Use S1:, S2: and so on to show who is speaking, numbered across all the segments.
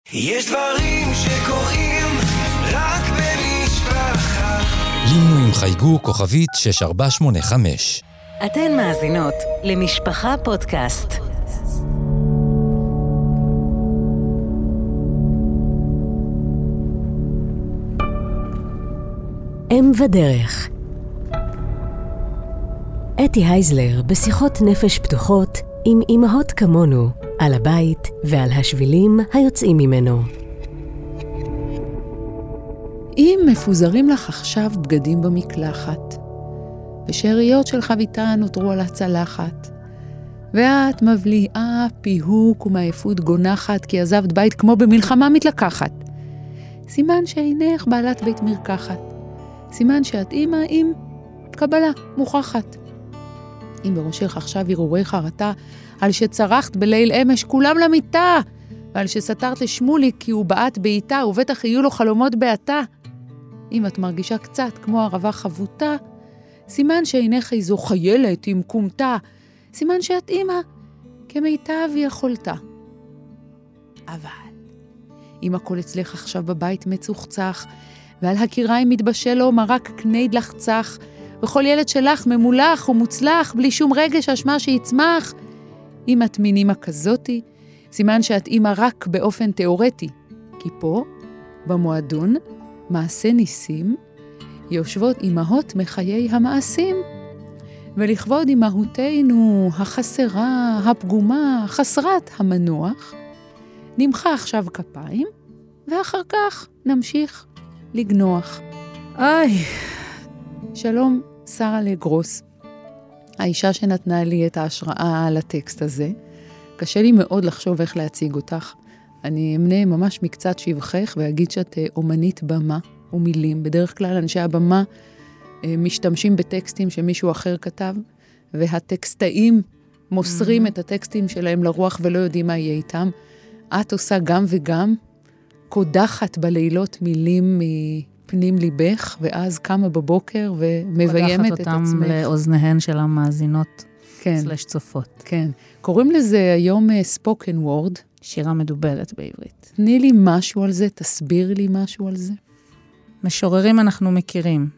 S1: יש דברים שקורים רק במשפחה.
S2: לינו עם חייגו כוכבית 6485.
S3: אתן מאזינות למשפחה פודקאסט. אם ודרך. אתי הייזלר בשיחות נפש פתוחות עם אמהות כמונו על הבית ועל השבילים היוצאים ממנו.
S4: אם מפוזרים לך עכשיו בגדים במקלחת, ושאריות של חביתה נותרו על הצלחת, ואת מבליעה פיהוק ומעייפות גונחת כי עזבת בית כמו במלחמה מתלקחת, סימן שאינך בעלת בית מרקחת, סימן שאת אימא עם קבלה מוכחת. אם בראשך עכשיו הרהורי חרטה על שצרחת בליל אמש כולם למיטה, ועל שסתרת לשמולי כי הוא בעט בעיתה ובטח יהיו לו חלומות בעתה, אם את מרגישה קצת כמו ערבה חבוטה, סימן שעינך איזו חיילת עם קומתה, סימן שאת אימא כמיטב יכולתה. אבל אם הכל אצלך עכשיו בבית מצוחצח, ועל הקיריים מתבשל לו מרק קנייד לחצח, וכל ילד שלך ממולח ומוצלח, בלי שום רגש אשמה שיצמח, אם את מינימה כזאתי, סימן שאת אימא רק באופן תיאורטי, כי פה, במועדון, מעשה ניסים, יושבות אימהות מחיי המעשים, ולכבוד אימהותינו החסרה, הפגומה, חסרת המנוח, נמחה עכשיו כפיים, ואחר כך נמשיך לגנוח. שלום, שרה לגרוס, האישה שנתנה לי את ההשראה על הטקסט הזה. קשה לי מאוד לחשוב איך להציג אותך. אני אמנה ממש מקצת שבחך ואגיד שאת אומנית במה ומילים. בדרך כלל אנשי הבמה משתמשים בטקסטים שמישהו אחר כתב, והטקסטאים מוסרים את הטקסטים שלהם לרוח ולא יודעים מה יהיה איתם. את עושה גם וגם, קודחת בלילות מילים מפנים ליבך, ואז קמה בבוקר ומביימת את עצמך.
S5: קודחת אותם לאוזניהן של המאזינות.
S4: כן.
S5: סלש צופות.
S4: כן. קוראים לזה היום spoken word.
S5: שירה מדוברת בעברית.
S4: תני לי משהו על זה, תסביר לי משהו על זה.
S5: משוררים אנחנו מכירים.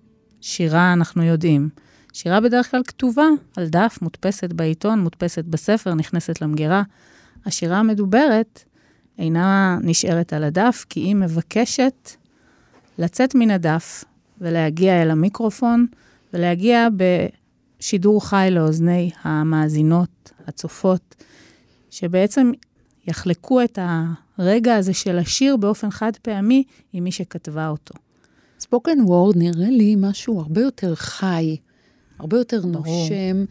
S5: שירה אנחנו יודעים. שירה בדרך כלל כתובה על דף, מודפסת בעיתון, מודפסת בספר, נכנסת למגירה. השירה המדוברת אינה נשארת על הדף, כי היא מבקשת לצאת מן הדף ולהגיע אל המיקרופון, ולהגיע שידור חי לאוזני המאזינות, הצופות, שבעצם יחלקו את הרגע הזה של השיר באופן חד פעמי עם מי שכתבה אותו.
S4: ספוקן וורד נראה לי משהו הרבה יותר חי, הרבה יותר נושם,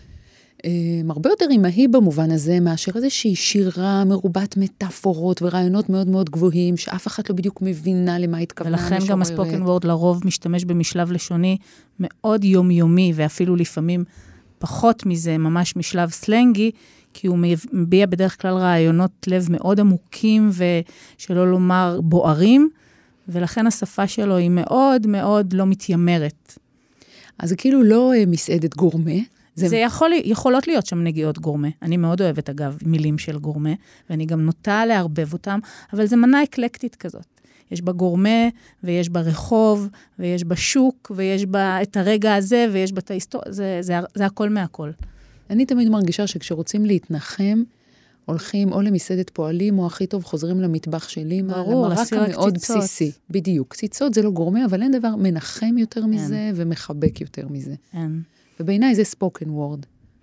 S4: הרבה יותר אימהי במובן הזה, מאשר איזושהי שירה מרובת מטאפורות ורעיונות מאוד מאוד גבוהים, שאף אחד לא בדיוק מבינה למה התכוונה
S5: המשוררת. ולכן גם הספוקן וורד לרוב משתמש במשלב לשוני מאוד יומיומי, ואפילו לפעמים פחות מזה, ממש משלב סלנגי, כי הוא מביע בדרך כלל רעיונות לב מאוד עמוקים, ושלא לומר בוערים, ולכן השפה שלו היא מאוד מאוד לא מתיימרת.
S4: אז זה כאילו לא מסעדת גורמה,
S5: זה יכולות להיות שם נגיעות גורמה. אני מאוד אוהבת, אגב, מילים של גורמה, ואני גם נוטה להרבב אותם, אבל זה מנה אקלקטית כזאת. יש בה גורמה, ויש בה רחוב, ויש בה שוק, ויש בה את הרגע הזה, ויש בה את ההיסטוריה, זה הכל מהכל.
S4: אני תמיד מרגישה שכשרוצים להתנחם, הולכים או למסעדת פועלים, או הכי טוב חוזרים למטבח שלי,
S5: ברור, לסיר הקציצות.
S4: מאוד בסיסי. בדיוק, קציצות זה לא גורמה, אבל אין דבר מנחם יותר מזה, ומחבק יותר מזה.
S5: אין.
S4: ובעיניי זה ספוקן וורד.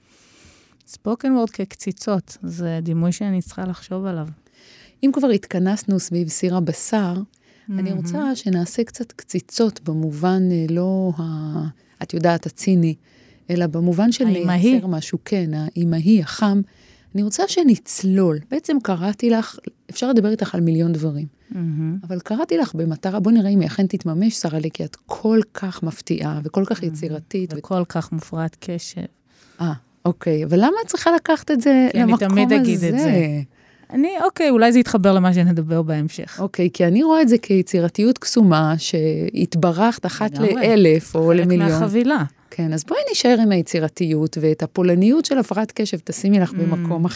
S5: ספוקן וורד כקציצות, זה דימוי שאני צריכה לחשוב עליו.
S4: אם כבר התכנסנו סביב סיר הבשר, אני רוצה שנעשה קצת קציצות במובן לא, את יודעת, הציני, אלא במובן של לייצר משהו, כן, האימהי, החם. אני רוצה שנצלול. בעצם קראתי לך, אפשר לדבר איתך על מיליון דברים, אבל קראתי לך במטרה, בוא נראה אם היא אכן תתממש, שרה לי, כי את כל כך מפתיעה וכל כך יצירתית.
S5: וכל כך מופרעת קשב.
S4: אוקיי, אבל למה את צריכה לקחת את זה למקום הזה?
S5: כי אני תמיד אגיד את זה. אוקיי, אולי זה יתחבר למה שנדבר בהמשך.
S4: אוקיי, כי אני רואה את זה כיצירתיות קסומה, שהתברכת אחת ל1,000 או למיליון.
S5: חלק מהחבילה.
S4: כן, אז בואי נשאר עם היצירתיות, ואת הפולניות של הפרעת קשב תשימי לך במקום אחר.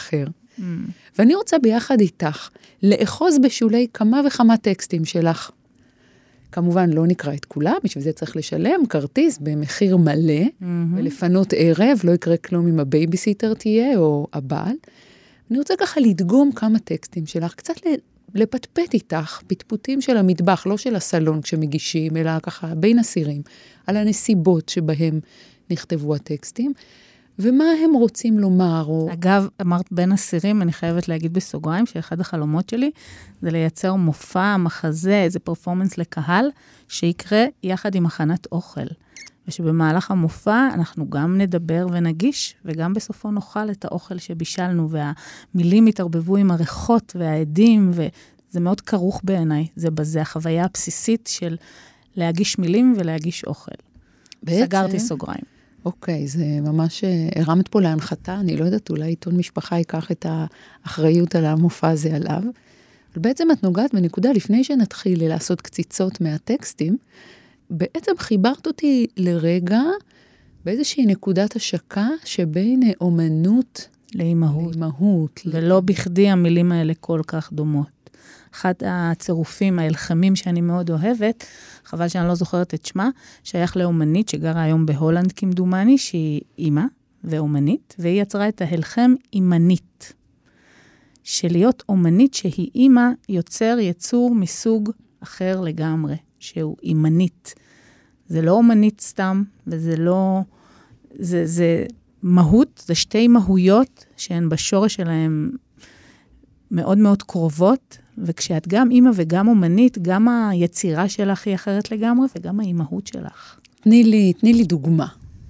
S4: ואני רוצה ביחד איתך לאחוז בשולי כמה וכמה טקסטים שלך. כמובן לא נקרא את כולם, בשביל זה צריך לשלם כרטיס במחיר מלא, ולפנות ערב, לא יקרה כלום אם הבייביסיטר תהיה, או הבעל. אני רוצה ככה לדגום כמה טקסטים שלך, קצת לפטפט איתך, פטפוטים של המטבח, לא של הסלון כשמגישים, אלא ככה בין הסירים, על הנסיבות שבהם נכתבו הטקסטים, ומה הם רוצים לומר.
S5: אגב, אמרת בין הסירים, אני חייבת להגיד בסוגריים, שאחד החלומות שלי, זה לייצר מופע, מחזה, איזה פרפורמנס לקהל, שיקרה יחד עם הכנת אוכל. ושבמהלך המופע אנחנו גם נדבר ונגיש, וגם בסופו נאכל את האוכל שבישלנו, והמילים יתערבבו עם הריחות והעדים, וזה מאוד כרוך בעיניי. זה בזה החוויה הבסיסית של להגיש מילים ולהגיש אוכל. בעצם, סגרתי סוגריים.
S4: אוקיי, זה ממש הרמת פה להנחתה, אני לא יודעת, אולי עיתון משפחה ייקח את האחריות על המופע הזה עליו, אבל בעצם את נוגעת בנקודה, לפני שנתחיל לעשות קציצות מהטקסטים, בעצם חיברת אותי לרגע, באיזושהי נקודת השקה, שבין אומנות לאימהות.
S5: ולא בכדי המילים האלה כל כך דומות. אחד הצירופים ההלחמים שאני מאוד אוהבת, חבל שאני לא זוכרת את שמה, שייך לאומנית שגרה היום בהולנד כמדומני, שהיא אימא ואומנית, והיא יצרה את ההלחם אימנית. שלהיות אומנית שהיא אימא, יוצר יצור מסוג אחר לגמרי, שהוא אימנית. זה לא אומנית סתם, וזה לא... זה מהות, זה שתי מהויות שהן בשורש שלהן מאוד מאוד קרובות, וכשאת גם אימא וגם אומנית, גם היצירה שלך היא אחרת לגמרי, וגם האימהות שלך.
S4: תני לי דוגמה.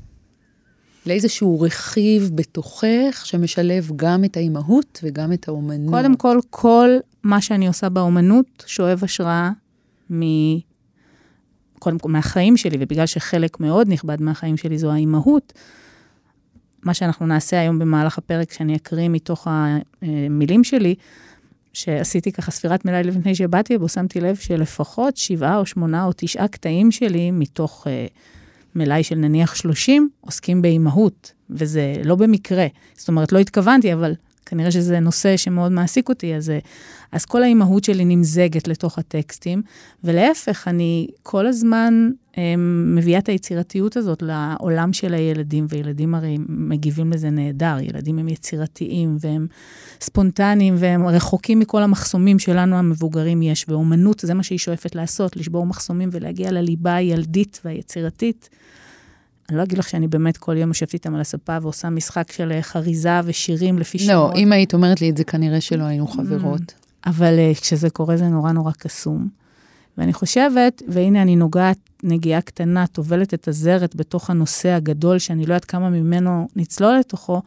S4: לאיזשהו רכיב בתוכך, שמשלב גם את האימהות וגם את האומנות.
S5: קודם כל מה שאני עושה באומנות, שואב השראה קודם כל מהחיים שלי, ובגלל שחלק מאוד נכבד מהחיים שלי זו האימהות, מה שאנחנו נעשה היום במהלך הפרק, שאני אקריא מתוך המילים שלי, שעשיתי ככה ספירת מלאי לפני שבאתי, בו שמתי לב שלפחות 7 או 8 או 9 קטעים שלי, מתוך מלאי של נניח 30, עוסקים באימהות, וזה לא במקרה. זאת אומרת, לא התכוונתי, אבל כנראה שזה נושא שמאוד מעסיק אותי, אז כל האימהות שלי נמזגת לתוך הטקסטים, ולהפך, אני כל הזמן מביאה את היצירתיות הזאת לעולם של הילדים, וילדים הרי מגיבים לזה נהדר, ילדים הם יצירתיים, והם ספונטניים, והם רחוקים מכל המחסומים שלנו המבוגרים יש, ואומנות זה מה שהיא שואפת לעשות, לשבור מחסומים ולהגיע לליבה הילדית והיצירתית. אני לא אגיד לך שאני באמת כל יום יושבת איתם על הספה, ועושה משחק של חריזה ושירים לפי שמות.
S4: לא, אם היית אומרת לי את זה, כנראה שלא היינו חברות.
S5: אבל כשזה קורה זה נורא נורא קסום. ואני חושבת, והנה אני נוגעת נגיעה קטנה, תובלת את הזרת בתוך הנושא הגדול, שאני לא יודעת כמה ממנו נצלול לתוכו,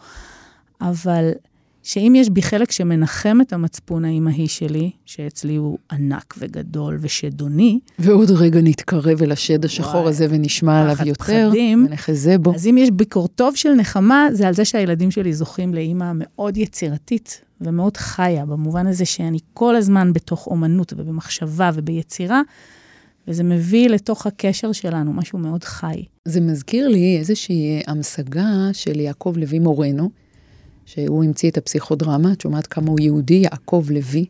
S5: אבל שאם יש בי חלק שמנחם את המצפון האימהי שלי, שאצלי הוא ענק וגדול ושדוני,
S4: ועוד רגע נתקרב אל השד השחור הזה ונשמע עליו יותר, ונחזה בו.
S5: אז אם יש ביקור טוב של נחמה, זה על זה שהילדים שלי זוכים לאימא מאוד יצירתית ומאוד חיה, במובן הזה שאני כל הזמן בתוך אומנות ובמחשבה וביצירה, וזה מביא לתוך הקשר שלנו, משהו מאוד חי.
S4: זה מזכיר לי איזושהי המשגה של יעקב לוי מורנו, שהוא המציא את הפסיכודרמה, את שומעת כמה הוא יהודי, יעקב לוי.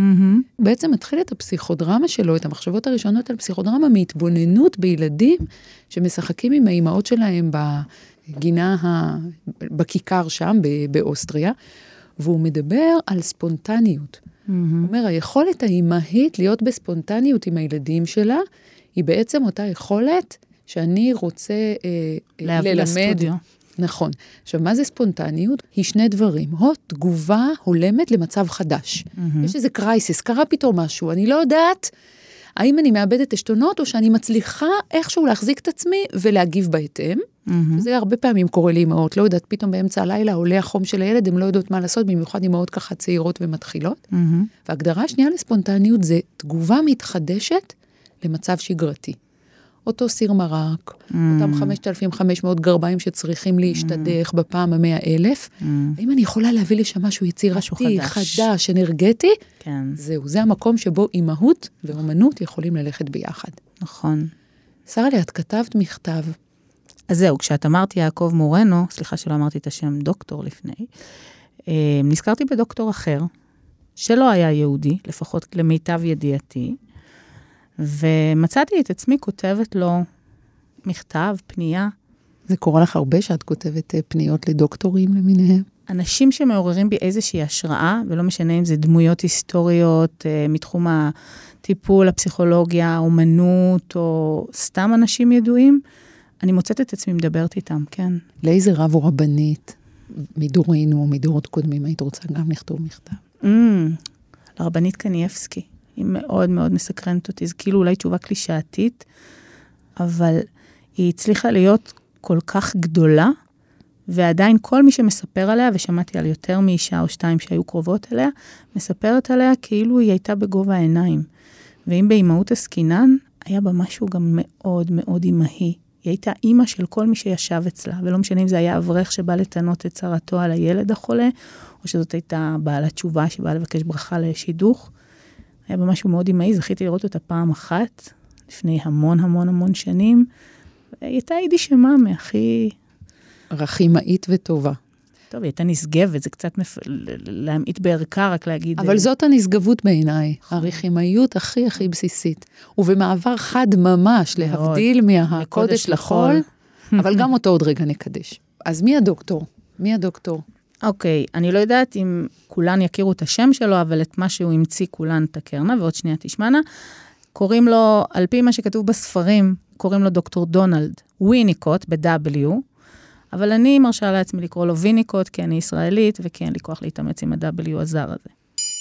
S4: בעצם התחיל את הפסיכודרמה שלו, את המחשבות הראשונות על פסיכודרמה, מהתבוננות בילדים שמשחקים עם האימהות שלהם בגינה, בכיכר שם, באוסטריה, והוא מדבר על ספונטניות. הוא אומר, היכולת האימהית להיות בספונטניות עם הילדים שלה, היא בעצם אותה יכולת שאני רוצה ללמד. נכון. עכשיו, מה זה ספונטניות? היא שני דברים. תגובה הולמת למצב חדש. יש איזה קרייסיס, קרה פתאום משהו, אני לא יודעת האם אני מאבדת עשתונות, או שאני מצליחה איכשהו להחזיק את עצמי ולהגיב בהתאם. זה הרבה פעמים קורה לי אמהות, לא יודעת, פתאום באמצע הלילה עולה החום של הילד, הם לא יודעות מה לעשות, במיוחד אמהות ככה צעירות ומתחילות. וההגדרה השנייה לספונטניות זה תגובה מתחדשת למצב שגרתי. אותו סיר מרק, אותם 5,500 גרביים שצריכים להשתדך בפעם 100,000, האם אני יכולה להביא לשם משהו יצירתי, חדש, אנרגטי?
S5: כן.
S4: זהו, זה המקום שבו אימהות ואומנות יכולים ללכת ביחד.
S5: נכון.
S4: שרה, את כתבת מכתב.
S5: אז זהו, כשאת אמרתי יעקב מורנו, סליחה שלא אמרתי את השם דוקטור לפני, נזכרתי בדוקטור אחר, שלא היה יהודי, לפחות למיטב ידיעתי, ומצאתי את עצמי כותבת לו מכתב, פנייה.
S4: זה קורה לך הרבה שאת כותבת פניות לדוקטורים למיניהם?
S5: אנשים שמעוררים בי איזושהי השראה, ולא משנה אם זה דמויות היסטוריות, מתחום הטיפול, הפסיכולוגיה, האומנות, או סתם אנשים ידועים, אני מוצאת את עצמי מדברת איתם, כן.
S4: לאיזה רב או רבנית, מדורנו או מדורות קודמים, היית רוצה גם לכתוב מכתב?
S5: לרבנית קניאבסקי. היא מאוד מאוד מסקרנת אותי. זה כאילו אולי תשובה קלישאתית, אבל היא הצליחה להיות כל כך גדולה, ועדיין כל מי שמספר עליה, ושמעתי על יותר מאישה או שתיים שהיו קרובות אליה, מספרת עליה כאילו היא הייתה בגובה העיניים. ואם באימהות עסקינן, היה בה משהו גם מאוד מאוד אימהי. היא הייתה אימא של כל מי שישב אצלה, ולא משנה אם זה היה אברך שבא לתנות את צרתו על הילד החולה, או שזאת הייתה בעלת תשובה שבאה לבקש ברכה לשידוך. היה בה משהו מאוד אימהי, זכיתי לראות אותה פעם אחת, לפני המון המון המון שנים, והיא הייתה יידיש שמאמה, הכי...
S4: רחימאית וטובה.
S5: טוב, היא הייתה נשגבת, זה קצת להמעיט בערכה, רק להגיד...
S4: אבל זאת הנשגבות בעיניי, הרחימאיות הכי הכי בסיסית. ובמעבר חד ממש, להבדיל מהקודש לחול, אבל גם אותו עוד רגע נקדש. אז מי הדוקטור? מי הדוקטור?
S5: אוקיי, אני לא יודעת אם כולן יכירו את השם שלו, אבל את מה שהוא המציא כולן תכרנה, ועוד שנייה תשמענה. קוראים לו, על פי מה שכתוב בספרים, קוראים לו דוקטור דונלד ויניקוט, ב-W, אבל אני מרשה לעצמי לקרוא לו ויניקוט, כי אני ישראלית, וכי אין לי כוח להתאמץ עם ה-W הזר הזה.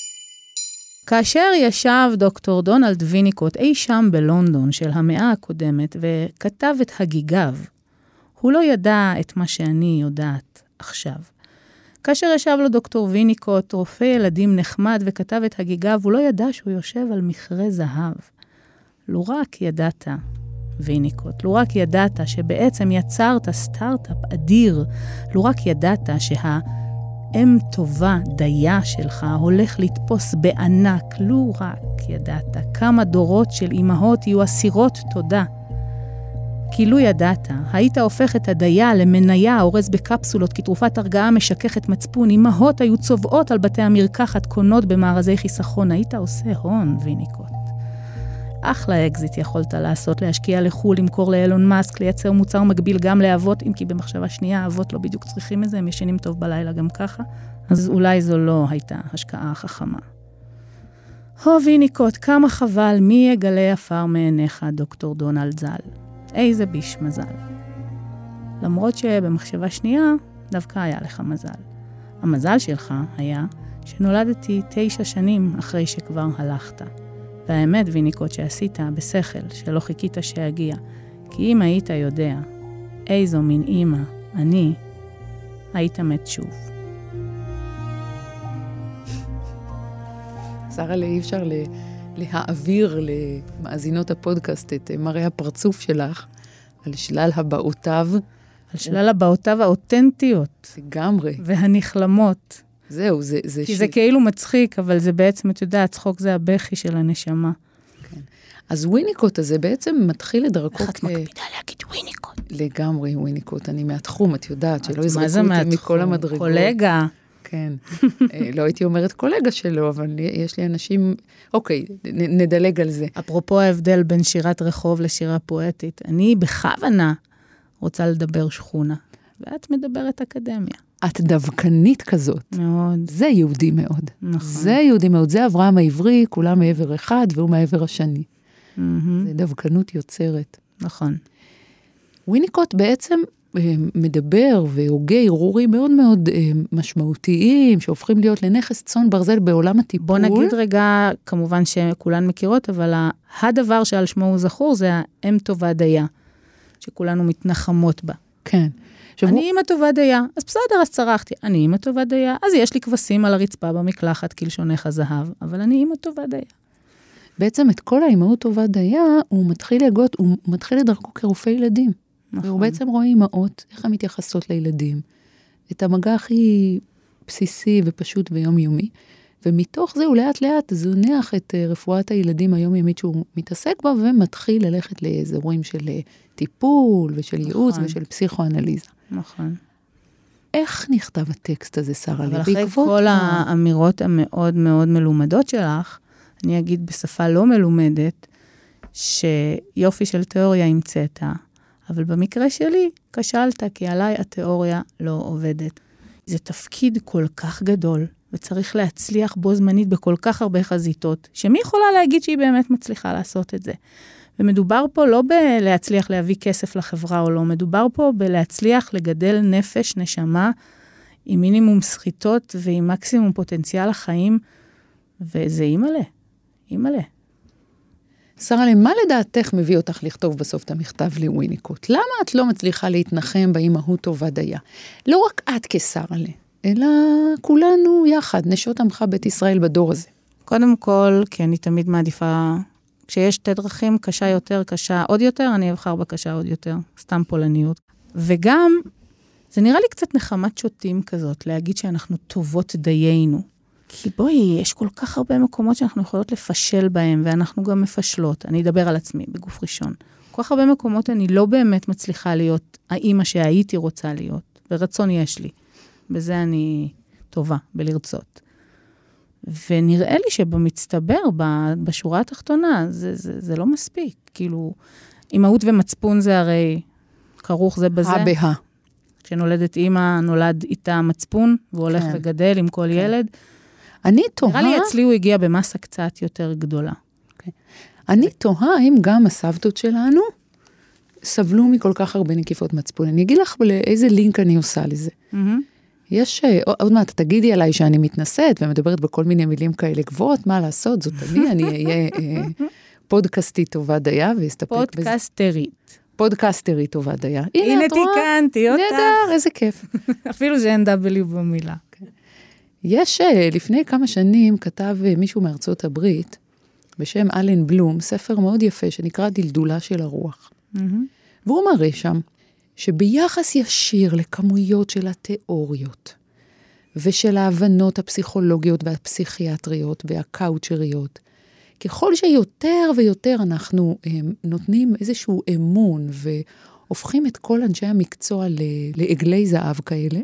S5: כאשר ישב דוקטור דונלד ויניקוט אי שם בלונדון של המאה הקודמת, וכתב את הגיגיו, הוא לא ידע את מה שאני יודעת עכשיו. כאשר ישב לו דוקטור ויניקוט, רופא ילדים נחמד, וכתב את הגיגיו, הוא לא ידע שהוא יושב על מכרה זהב. לו רק ידעת, ויניקוט, לו רק ידעת שבעצם יצרת סטארט-אפ אדיר, לו רק ידעת שהאם טובה דייה שלך הולך לתפוס בענק, לו רק ידעת כמה דורות של אמהות יהיו אסירות תודה. כי לו ידעת, היית הופך את הדייה למניה אורז בקפסולות כתרופת הרגעה משככת מצפון, אמהות היו צובעות על בתי המרקחת קונות במארזי חיסכון, היית עושה הון, ויניקוט. אחלה אקזיט יכולת לעשות, להשקיע לחול, למכור לאלון מאסק, לייצר מוצר מקביל גם לאבות, אם כי במחשבה שנייה, האבות לא בדיוק צריכים את זה, הם ישנים טוב בלילה גם ככה, אז אולי זו לא הייתה השקעה חכמה. ויניקוט, כמה חבל, מי יגלה עפר מעיניך, דוקטור דונלד ז"ל. איזה ביש מזל. למרות שבמחשבה שנייה, דווקא היה לך מזל. המזל שלך היה שנולדתי 9 שנים אחרי שכבר הלכת. והאמת, ויניקוט, שעשית בשכל, שלא חיכית שיגיע. כי אם היית יודע איזו מין אמא אני, היית מת שוב.
S4: שרה לי, אי אפשר להעביר למאזינות הפודקאסט את מראה הפרצוף שלך, על שלל הבעותיו.
S5: על שלל הבעותיו האותנטיות.
S4: לגמרי.
S5: והנכלמות.
S4: זהו, זה...
S5: כי זה כאילו מצחיק, אבל זה בעצם, את יודעת, צחוק זה הבכי של הנשמה.
S4: כן. אז ויניקוט הזה בעצם מתחיל לדרכו
S5: איך את מקפידה להגיד ויניקוט?
S4: לגמרי ויניקוט, אני מהתחום, את יודעת, שלא יזרקו אותי מכל המדרגות.
S5: קולגה.
S4: כן. לא הייתי אומרת קולגה שלו, אבל יש לי אנשים... אוקיי, נדלג על זה.
S5: אפרופו ההבדל בין שירת רחוב לשירה פואטית, אני בכוונה רוצה לדבר שכונה, ואת מדברת אקדמיה.
S4: את דווקנית כזאת.
S5: מאוד.
S4: זה יהודי מאוד.
S5: נכון.
S4: זה יהודי מאוד. זה אברהם העברי, כולם מעבר אחד, והוא מעבר השני. זה דווקנות יוצרת.
S5: נכון.
S4: ויניקוט בעצם מדבר והוגה הרהורים מאוד מאוד משמעותיים, שהופכים להיות לנכס צאן ברזל בעולם הטיפול.
S5: בוא נגיד רגע, כמובן שכולן מכירות, אבל הדבר שעל שמו הוא זכור, זה האם טובה דייה, שכולנו מתנחמות בה.
S4: כן.
S5: אני אימא טובה דייה, אז בסדר, אז צרחתי, אני אימא טובה דייה, אז יש לי כבשים על הרצפה במקלחת, כלשונך הזהב, אבל אני אימא טובה דייה.
S4: בעצם את כל האימהות טובה דייה, הוא מתחיל לדרכו כרופא ילדים. נכון. והוא בעצם רואה אימהות, איך הן מתייחסות לילדים. את המגע הכי בסיסי ופשוט ויומיומי. ומתוך זה הוא לאט לאט זונח את רפואת הילדים היומיומית שהוא מתעסק בה, ומתחיל ללכת לאזורים של טיפול ושל ייעוץ ושל פסיכואנליזה.
S5: נכון.
S4: איך נכתב הטקסט הזה, שרה?
S5: אבל אחרי כל האמירות המאוד מאוד מלומדות שלך, אני אגיד בשפה לא מלומדת, שיופי של תיאוריה המצאת, אבל במקרה שלי כשלת, כי עליי התיאוריה לא עובדת. זה תפקיד כל כך גדול, וצריך להצליח בו זמנית בכל כך הרבה חזיתות, שמי יכולה להגיד שהיא באמת מצליחה לעשות את זה? ומדובר פה לא בלהצליח להביא כסף לחברה או לא, מדובר פה בלהצליח לגדל נפש, נשמה, עם מינימום סחיטות ועם מקסימום פוטנציאל החיים, וזה אימאלה.
S4: שרה, למה לדעתך מביא אותך לכתוב בסוף את המכתב לוויניקוט? למה את לא מצליחה להתנחם באימהות עובדיה? לא רק את כשרה, אלא כולנו יחד, נשות עמך בית ישראל בדור הזה.
S5: קודם כל, כי אני תמיד מעדיפה, כשיש שתי דרכים, קשה יותר, קשה עוד יותר, אני אבחר בקשה עוד יותר, סתם פולניות. וגם, זה נראה לי קצת נחמת שוטים כזאת, להגיד שאנחנו טובות דיינו. כי בואי, יש כל כך הרבה מקומות שאנחנו יכולות לפשל בהם, ואנחנו גם מפשלות. אני אדבר על עצמי בגוף ראשון. כל כך הרבה מקומות אני לא באמת מצליחה להיות האמא שהייתי רוצה להיות, ורצון יש לי. בזה אני טובה, בלרצות. ונראה לי שבמצטבר, בשורה התחתונה, זה לא מספיק. כאילו, אימהות ומצפון זה הרי כרוך זה בזה.
S4: בה.
S5: כשנולדת אימא, נולד איתה מצפון, והוא הולך וגדל עם כל ילד.
S4: אני תוהה...
S5: נראה לי אצלי הוא הגיע במסה קצת יותר גדולה.
S4: אני תוהה אם גם הסבתות שלנו סבלו מכל כך הרבה נקיפות מצפון. אני אגיד לך לאיזה לינק אני עושה לזה. יש, עוד מעט, תגידי עליי שאני מתנשאת ומדברת בכל מיני מילים כאלה גבוהות, מה לעשות? זאת אני אהיה פודקאסטית טובה דייה, ואסתפק בזה.
S5: פודקסטרית.
S4: פודקסטרית טובה דייה.
S5: הנה תיקנתי אותה.
S4: נהדר, איזה כיף.
S5: אפילו שאין W במילה.
S4: יש, לפני כמה שנים כתב מישהו מארצות הברית, בשם אלן בלום, ספר מאוד יפה שנקרא דלדולה של הרוח. והוא מראה שם, שביחס ישיר לכמויות של התיאוריות, ושל ההבנות הפסיכולוגיות והפסיכיאטריות והקאוצ'ריות, ככל שיותר ויותר אנחנו נותנים איזשהו אמון, והופכים את כל אנשי המקצוע לעגלי זהב כאלה,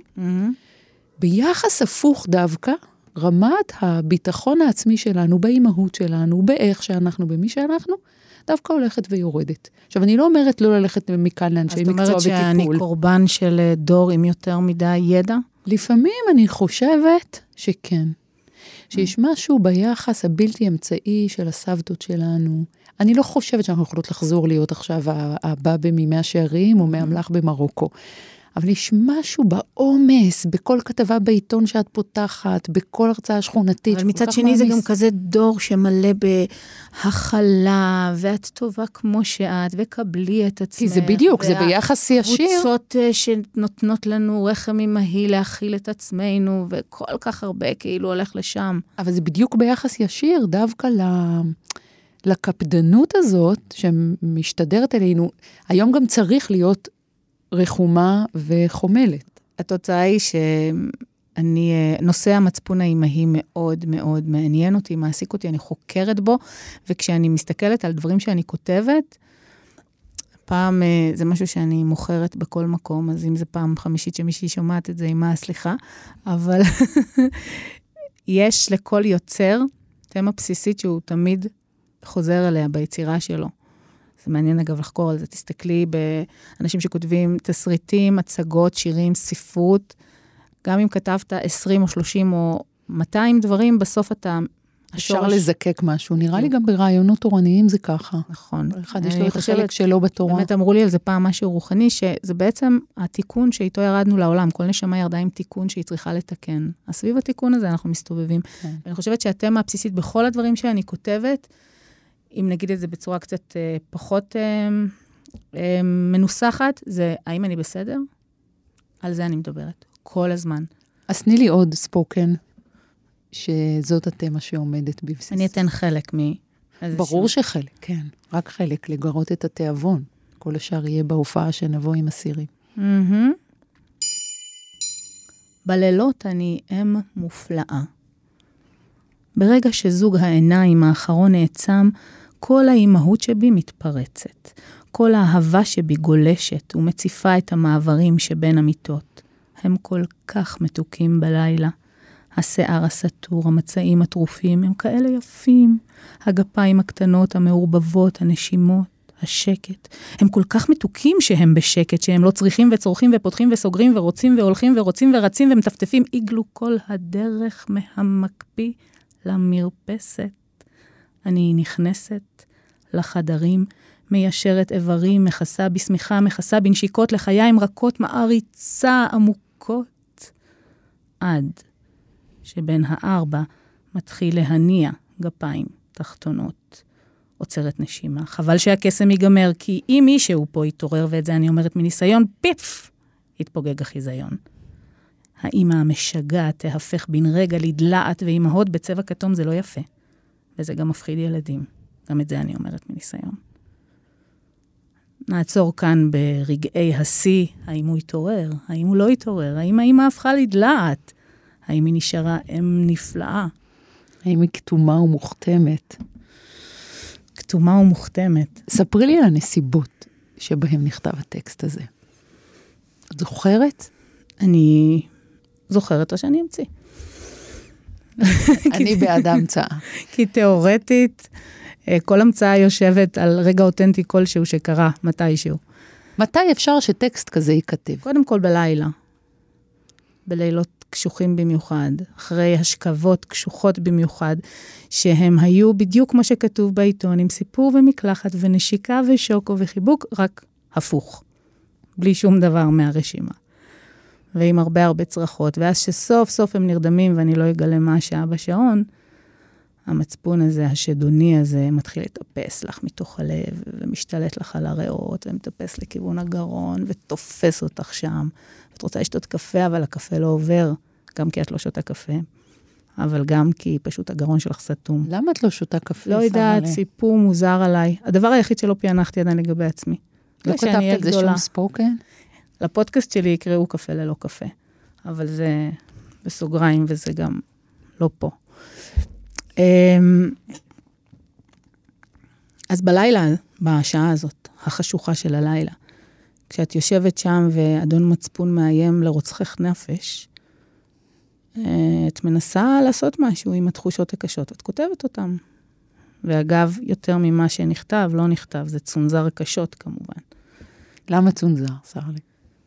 S4: ביחס הפוך דווקא, רמת הביטחון העצמי שלנו, באימהות שלנו, באיך שאנחנו, במי שאנחנו, דווקא הולכת ויורדת. עכשיו, אני לא אומרת לא ללכת מכאן לאנשי מקצוע וטיפול.
S5: זאת אומרת שאני קורבן של דור עם יותר מדי ידע?
S4: לפעמים אני חושבת שכן. שיש משהו ביחס הבלתי אמצעי של הסבתות שלנו. אני לא חושבת שאנחנו יכולות לחזור להיות עכשיו הבא ממאה שערים או מהמלך במרוקו. אבל יש משהו בעומס, בכל כתבה בעיתון שאת פותחת, בכל הרצאה שכונתית.
S5: אבל מצד שני זה גם כזה דור שמלא בהכלה, ואת טובה כמו שאת, וקבלי את עצמך.
S4: כי זה בדיוק, זה ביחס ישיר.
S5: קבוצות שנותנות לנו רחם אמהי להכיל את עצמנו, וכל כך הרבה כאילו הולך לשם.
S4: אבל זה בדיוק ביחס ישיר, דווקא לקפדנות הזאת, שמשתדרת אלינו. היום גם צריך להיות רחומה וחומלת.
S5: התוצאה היא נושא המצפון האימהי מאוד מאוד מעניין אותי, מעסיק אותי, אני חוקרת בו, וכשאני מסתכלת על דברים שאני כותבת, פעם זה משהו שאני מוכרת בכל מקום, אז אם זה פעם חמישית שמישהי שומעת את זה, אימה, סליחה, אבל יש לכל יוצר תמה בסיסית שהוא תמיד חוזר אליה ביצירה שלו. זה מעניין אגב לחקור על זה, תסתכלי באנשים שכותבים תסריטים, הצגות, שירים, ספרות, גם אם כתבת 20 או 30 או 200 דברים, בסוף אתה...
S4: אפשר לזקק משהו, נראה לי גם ברעיונות תורניים זה ככה.
S5: נכון.
S4: אחד יש לו את החלק שלו בתורה.
S5: באמת אמרו לי על זה פעם משהו רוחני, שזה בעצם התיקון שאיתו ירדנו לעולם, כל נשמה ירדה עם תיקון שהיא צריכה לתקן. אז סביב התיקון הזה אנחנו מסתובבים. ואני חושבת שהתמה הבסיסית בכל הדברים שאני כותבת, אם נגיד את זה בצורה קצת פחות מנוסחת, זה האם אני בסדר? על זה אני מדברת, כל הזמן.
S4: אז תני לי עוד ספוקן, שזאת התמה שעומדת בבסיס.
S5: אני אתן חלק
S4: ברור שחלק, כן. רק חלק, לגרות את התיאבון. כל השאר יהיה בהופעה שנבוא עם הסירים.
S5: בלילות אני אם מופלאה. ברגע שזוג העיניים האחרון נעצם, כל האימהות שבי מתפרצת. כל האהבה שבי גולשת ומציפה את המעברים שבין המיטות. הם כל כך מתוקים בלילה. השיער הסתור, המצעים הטרופים, הם כאלה יפים. הגפיים הקטנות, המעורבבות, הנשימות, השקט. הם כל כך מתוקים שהם בשקט, שהם לא צריכים וצורכים ופותחים וסוגרים ורוצים והולכים ורוצים ורצים ומטפטפים. עיגלו כל הדרך מהמקפיא למרפסת. אני נכנסת לחדרים, מיישרת איברים, מכסה בשמיכה, מכסה בנשיקות לחיים רכות, מעריצה עמוקות. עד שבין הארבע מתחיל להניע גפיים תחתונות. עוצרת נשימה. חבל שהקסם ייגמר, כי אם מישהו פה יתעורר, ואת זה אני אומרת מניסיון, פיפ, יתפוגג החיזיון. האמא המשגעת תהפך בן רגע לדלעת, ואימהות בצבע כתום זה לא יפה. וזה גם מפחיד ילדים. גם את זה אני אומרת מניסיון. נעצור כאן ברגעי השיא, האם הוא יתעורר, האם הוא לא יתעורר, האם האמא הפכה לדלעת, האם היא נשארה אם נפלאה.
S4: האם היא כתומה ומוכתמת.
S5: כתומה ומוכתמת.
S4: ספרי לי על הנסיבות שבהם נכתב הטקסט הזה. את זוכרת?
S5: אני זוכרת או שאני אמציא.
S4: אני בעד המצאה.
S5: כי תיאורטית, כל המצאה יושבת על רגע אותנטי כלשהו שקרה, מתישהו.
S4: מתי אפשר שטקסט כזה ייכתב?
S5: קודם כל בלילה. בלילות קשוחים במיוחד, אחרי השכבות קשוחות במיוחד, שהם היו בדיוק כמו שכתוב בעיתון, עם סיפור ומקלחת ונשיקה ושוקו וחיבוק, רק הפוך. בלי שום דבר מהרשימה. ועם הרבה צרחות, ואז שסוף סוף הם נרדמים, ואני לא אגלה מה השעה בשעון, המצפון הזה, השדוני הזה, מתחיל לטפס לך מתוך הלב, ומשתלט לך על הריאות, ומטפס לכיוון הגרון, ותופס אותך שם. את רוצה לשתות קפה, אבל הקפה לא עובר, גם כי את לא שותה קפה, אבל גם כי פשוט הגרון שלך סתום.
S4: למה את לא שותה קפה?
S5: לא יודעת, סיפור מוזר עליי. הדבר היחיד שלא פענחתי עדיין לגבי עצמי.
S4: לא כתבת את זה שום ספוקן?
S5: לפודקאסט שלי יקראו קפה ללא קפה, אבל זה בסוגריים, וזה גם לא פה. אז בלילה, בשעה הזאת, החשוכה של הלילה, כשאת יושבת שם ואדון מצפון מאיים לרוצחך נפש, את מנסה לעשות משהו עם התחושות הקשות, את כותבת אותם. ואגב, יותר ממה שנכתב, לא נכתב, זה צונזר קשות כמובן.
S4: למה צונזר, שרלי?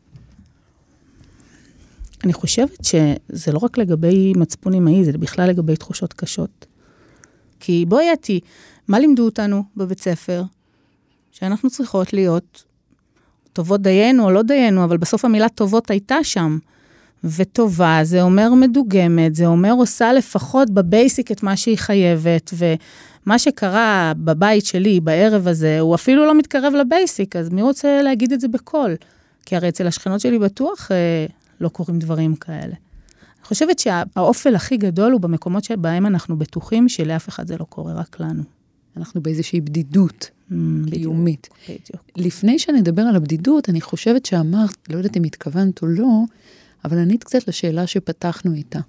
S5: אני חושבת שזה לא רק לגבי מצפון אמאי, זה בכלל לגבי תחושות קשות. כי בואי יתי, מה לימדו אותנו בבית ספר? שאנחנו צריכות להיות טובות דיינו או לא דיינו, אבל בסוף המילה טובות הייתה שם. וטובה, זה אומר מדוגמת, זה אומר עושה לפחות בבייסיק את מה שהיא חייבת, ומה שקרה בבית שלי בערב הזה, הוא אפילו לא מתקרב לבייסיק, אז מי רוצה להגיד את זה בכל? כי הרי אצל השכנות שלי בטוח לא קוראים דברים כאלה. אני חושבת שהאופל הכי גדול הוא במקומות שבהם אנחנו בטוחים שלאף אחד זה לא קורה, רק לנו.
S4: אנחנו באיזושהי בדידות קיומית.
S5: בדיוק.
S4: לפני שנדבר על הבדידות, אני חושבת שאמרת, לא יודעת אם התכוונת או לא, אבל ענית קצת לשאלה שפתחנו איתה.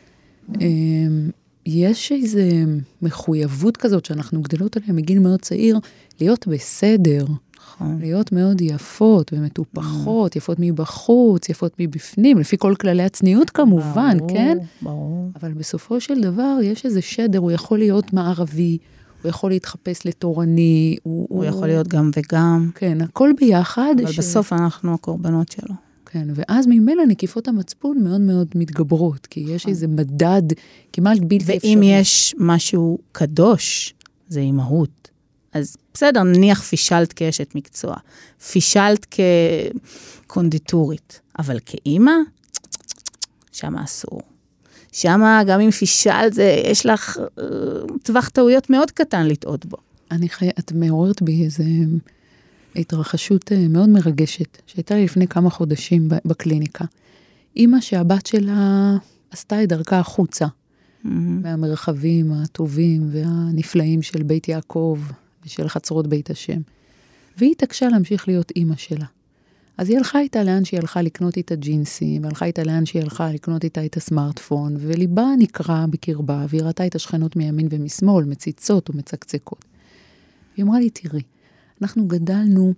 S4: יש איזו מחויבות כזאת שאנחנו גדלות עליה מגיל מאוד צעיר, להיות בסדר, להיות מאוד יפות ומטופחות, יפות מבחוץ, יפות מבפנים, לפי כל כללי הצניעות כמובן, כן?
S5: ברור.
S4: אבל בסופו של דבר יש איזה שדר, הוא יכול להיות מערבי, הוא יכול להתחפש לתורני,
S5: הוא יכול להיות גם וגם.
S4: כן, הכל ביחד.
S5: אבל בסוף אנחנו הקורבנות שלו.
S4: כן, ואז ממילא נקיפות המצפון מאוד מאוד מתגברות, כי יש איזה מדד כמעט בלתי אפשרי.
S5: ואם יש משהו קדוש, זה אימהות. אז בסדר, נניח פישלת כאשת מקצוע, פישלת כקונדיטורית, אבל כאימא, שמה אסור. שמה גם אם פישלת, יש לך טווח טעויות מאוד קטן לטעות בו.
S4: את מעוררת בי איזו התרחשות מאוד מרגשת, שהייתה לי לפני כמה חודשים בקליניקה. אימא שהבת שלה עשתה את דרכה החוצה, מהמרחבים הטובים והנפלאים של בית יעקב, ושל חצרות בית השם. והיא התעקשה להמשיך להיות אימא שלה. אז היא הלכה איתה לאן שהיא הלכה לקנות איתה ג'ינסים, והלכה איתה לאן שהיא הלכה לקנות איתה את הסמארטפון, וליבה נקרא בקרבה, והיא ראתה את השכנות מימין ומשמאל, מציצות ומצקצקות. היא אמרה לי, תראי, אנחנו גדלנו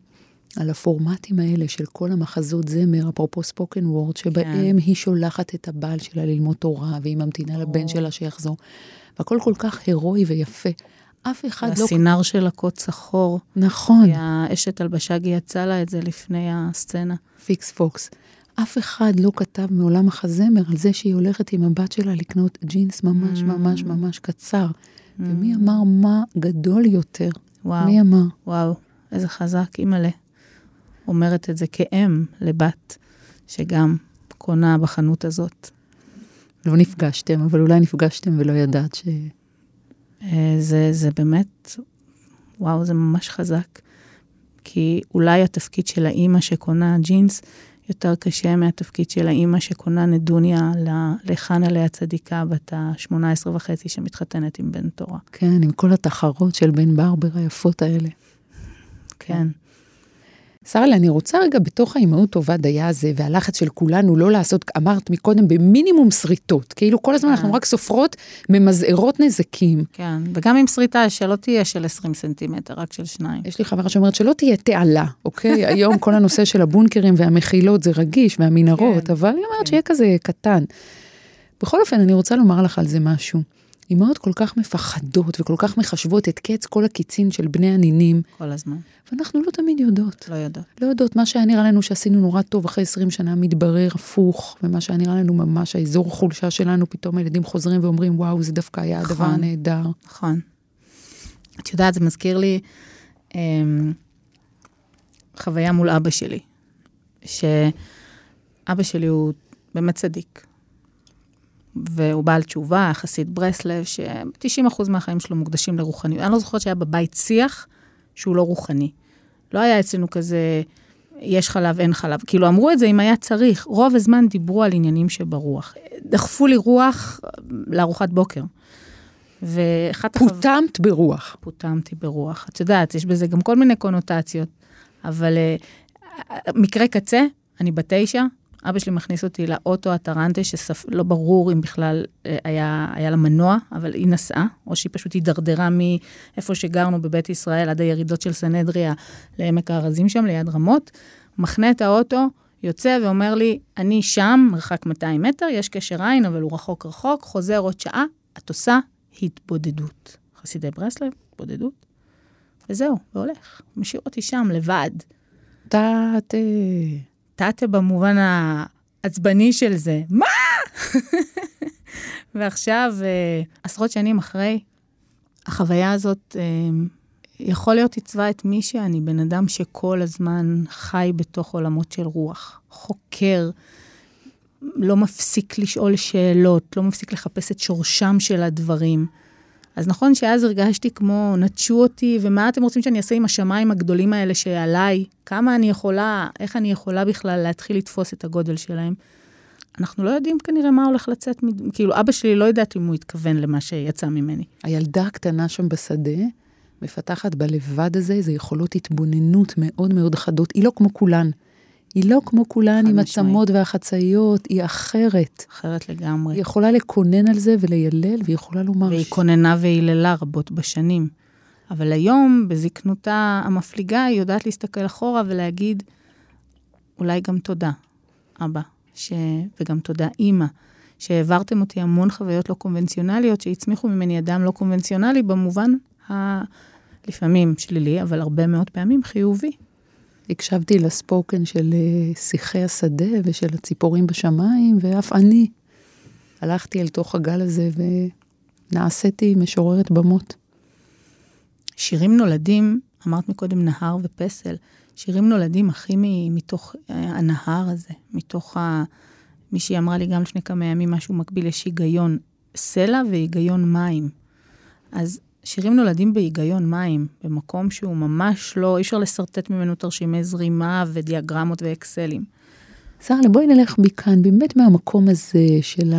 S4: על הפורמטים האלה של כל המחזות זמר, אפרופו ספוקן וורד, שבהם היא שולחת את הבעל שלה ללמוד תורה, והיא ממתינה לבן שלה שיחזור. והכל כל כך הירואי ויפה. אף אחד לא...
S5: הסינר של הקוד שחור.
S4: נכון.
S5: האשת אלבשגי יצא לה את זה לפני הסצנה.
S4: פיקס פוקס. אף אחד לא כתב מעולם החזמר על זה שהיא הולכת עם הבת שלה לקנות ג'ינס ממש ממש ממש קצר. ומי אמר מה גדול יותר?
S5: וואו.
S4: מי אמר?
S5: וואו, איזה חזק, אימא'לה. אומרת את זה כאם לבת, שגם קונה בחנות הזאת.
S4: לא נפגשתם, אבל אולי נפגשתם ולא ידעת ש...
S5: זה באמת, וואו, זה ממש חזק. כי אולי התפקיד של האימא שקונה ג'ינס, יותר קשה מהתפקיד של האימא שקונה נדוניה לחנה לאה צדיקה בת ה-18.5 שמתחתנת עם בן תורה.
S4: כן, עם כל התחרות של בן ברבר היפות האלה.
S5: כן.
S4: שרלה, אני רוצה רגע בתוך האימהות טובה דייה הזה, והלחץ של כולנו לא לעשות, אמרת מקודם, במינימום שריטות. כאילו כל הזמן אנחנו רק סופרות, ממזערות נזקים.
S5: כן, וגם עם שריטה שלא תהיה של 20 סנטימטר, רק של 2.
S4: יש לי חברה שאומרת שלא תהיה תעלה, אוקיי? היום כל הנושא של הבונקרים והמחילות זה רגיש, והמנהרות, אבל היא אומרת שיהיה כזה קטן. בכל אופן, אני רוצה לומר לך על זה משהו. אימהות כל כך מפחדות וכל כך מחשבות את קץ כל הקיצין של בני הנינים.
S5: כל הזמן.
S4: ואנחנו לא תמיד יודעות.
S5: לא יודעות.
S4: לא יודעות. מה שהיה נראה לנו שעשינו נורא טוב אחרי 20 שנה מתברר הפוך, ומה שהיה נראה לנו ממש האזור חולשה שלנו, פתאום הילדים חוזרים ואומרים, וואו, זה דווקא היה הדבר הנהדר.
S5: נכון. את יודעת, זה מזכיר לי חוויה מול אבא שלי, שאבא שלי הוא באמת צדיק. והוא בעל תשובה, חסיד ברסלב, ש90% מהחיים שלו מוקדשים לרוחניות. אני לא זוכרת שהיה בבית שיח שהוא לא רוחני. לא היה אצלנו כזה, יש חלב, אין חלב. כאילו אמרו את זה אם היה צריך. רוב הזמן דיברו על עניינים שברוח. דחפו לי רוח לארוחת בוקר.
S4: פותמת ברוח.
S5: פותמתי ברוח. את יודעת, יש בזה גם כל מיני קונוטציות. אבל מקרה קצה, אני ב9, אבא שלי מכניס אותי לאוטו הטרנטה, שלא ברור אם בכלל היה לה מנוע, אבל היא נסעה, או שהיא פשוט הידרדרה מאיפה שגרנו בבית ישראל, עד הירידות של סנהדריה, לעמק הארזים שם, ליד רמות, מכנה את האוטו, יוצא ואומר לי, אני שם, מרחק 200 מטר, יש קשר עין, אבל הוא רחוק רחוק, חוזר עוד שעה, את עושה התבודדות. חסידי ברסלב, התבודדות, וזהו, והולך. משאיר אותי שם לבד. תתה במובן העצבני של זה. מה? ועכשיו, עשרות שנים אחרי, החוויה הזאת יכול להיות עיצבה את מי שאני, בן אדם שכל הזמן חי בתוך עולמות של רוח, חוקר, לא מפסיק לשאול שאלות, לא מפסיק לחפש את שורשם של הדברים. אז נכון שאז הרגשתי כמו, נטשו אותי, ומה אתם רוצים שאני אעשה עם השמיים הגדולים האלה שעליי? כמה אני יכולה, איך אני יכולה בכלל להתחיל לתפוס את הגודל שלהם? אנחנו לא יודעים כנראה מה הולך לצאת, כאילו אבא שלי לא יודעת אם הוא התכוון למה שיצא ממני. הילדה
S4: הקטנה שם בשדה, מפתחת בלבד הזה, זה יכולות התבוננות מאוד מאוד חדות, היא לא כמו כולן. היא לא כמו כולן עם עצמות והחצאיות, היא אחרת.
S5: אחרת לגמרי.
S4: היא יכולה לקונן על זה וליילל, והיא יכולה לומר...
S5: והיא קוננה והיללה רבות בשנים. אבל היום, בזקנותה המפליגה, היא יודעת להסתכל אחורה ולהגיד, אולי גם תודה, אבא, וגם תודה, אמא, שהעברתם אותי המון חוויות לא קונבנציונליות, שהצמיחו ממני אדם לא קונבנציונלי, במובן לפעמים שלילי, אבל הרבה מאוד פעמים חיובי.
S4: הקשבתי לספוקן של שיחי השדה ושל הציפורים בשמיים, ואף אני הלכתי אל תוך הגל הזה ונעשיתי משוררת במות.
S5: שירים נולדים, אמרת מקודם נהר ופסל, שירים נולדים הכי מתוך הנהר הזה, מתוך מישהי אמרה לי גם לפני כמה ימים משהו מקביל, יש היגיון סלע והיגיון מים. אז שירים נולדים בהיגיון מים, במקום שהוא ממש לא, אי אפשר לסרטט ממנו תרשימי זרימה ודיאגרמות ואקסלים.
S4: שרלה, בואי נלך מכאן, באמת מהמקום הזה של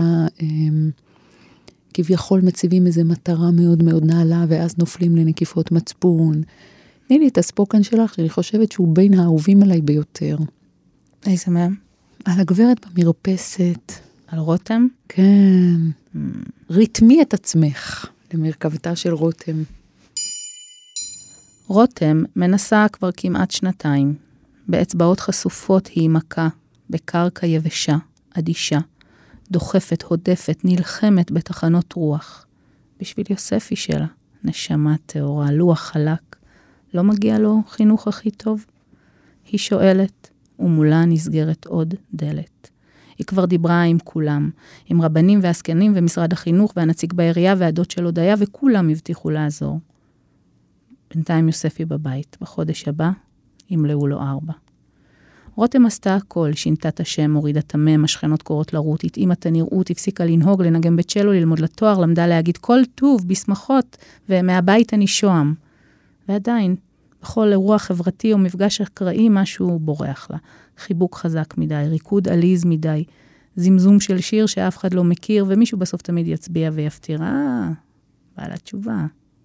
S4: כביכול מציבים איזו מטרה מאוד מאוד נעלה, ואז נופלים לנקיפות מצפון. תני לי את הספוקן שלך, שאני חושבת שהוא בין האהובים עליי ביותר.
S5: איזה מהם?
S4: על הגברת במרפסת.
S5: על רותם?
S4: כן. ריתמי את עצמך. למרכבתה של רותם.
S5: רותם מנסה כבר כמעט 2 שנתיים באצבעות חשופות היא מכה, בקרקע יבשה, אדישה, דוחפת, הודפת, נלחמת בתחנות רוח. בשביל יוספי שלה, נשמה תאורה, לוח חלק, לא מגיע לו חינוך הכי טוב? היא שואלת, ומולה נסגרת עוד דלת. היא כבר דיברה עם כולם, עם רבנים ועסקנים ומשרד החינוך והנציג בעירייה והדוד של הודיה, וכולם הבטיחו לעזור. בינתיים יוספי בבית, בחודש הבא, ימלאו לו 4. רותם עשתה הכל, שינתה את השם, הורידה את המם, השכנות קורות לרות, התאימה את הנראות, הפסיקה לנהוג, לנגן בצ'לו, ללמוד לתואר, למדה להגיד כל טוב, בשמחות, ומהבית אני שועם. ועדיין, בכל אירוע חברתי או מפגש אקראי, משהו בורח לה. חיבוק חזק מדי, ריקוד עליז מדי, זמזום של שיר שאף אחד לא מכיר, ומישהו בסוף תמיד יצביע ויפתיר, בעלת תשובה.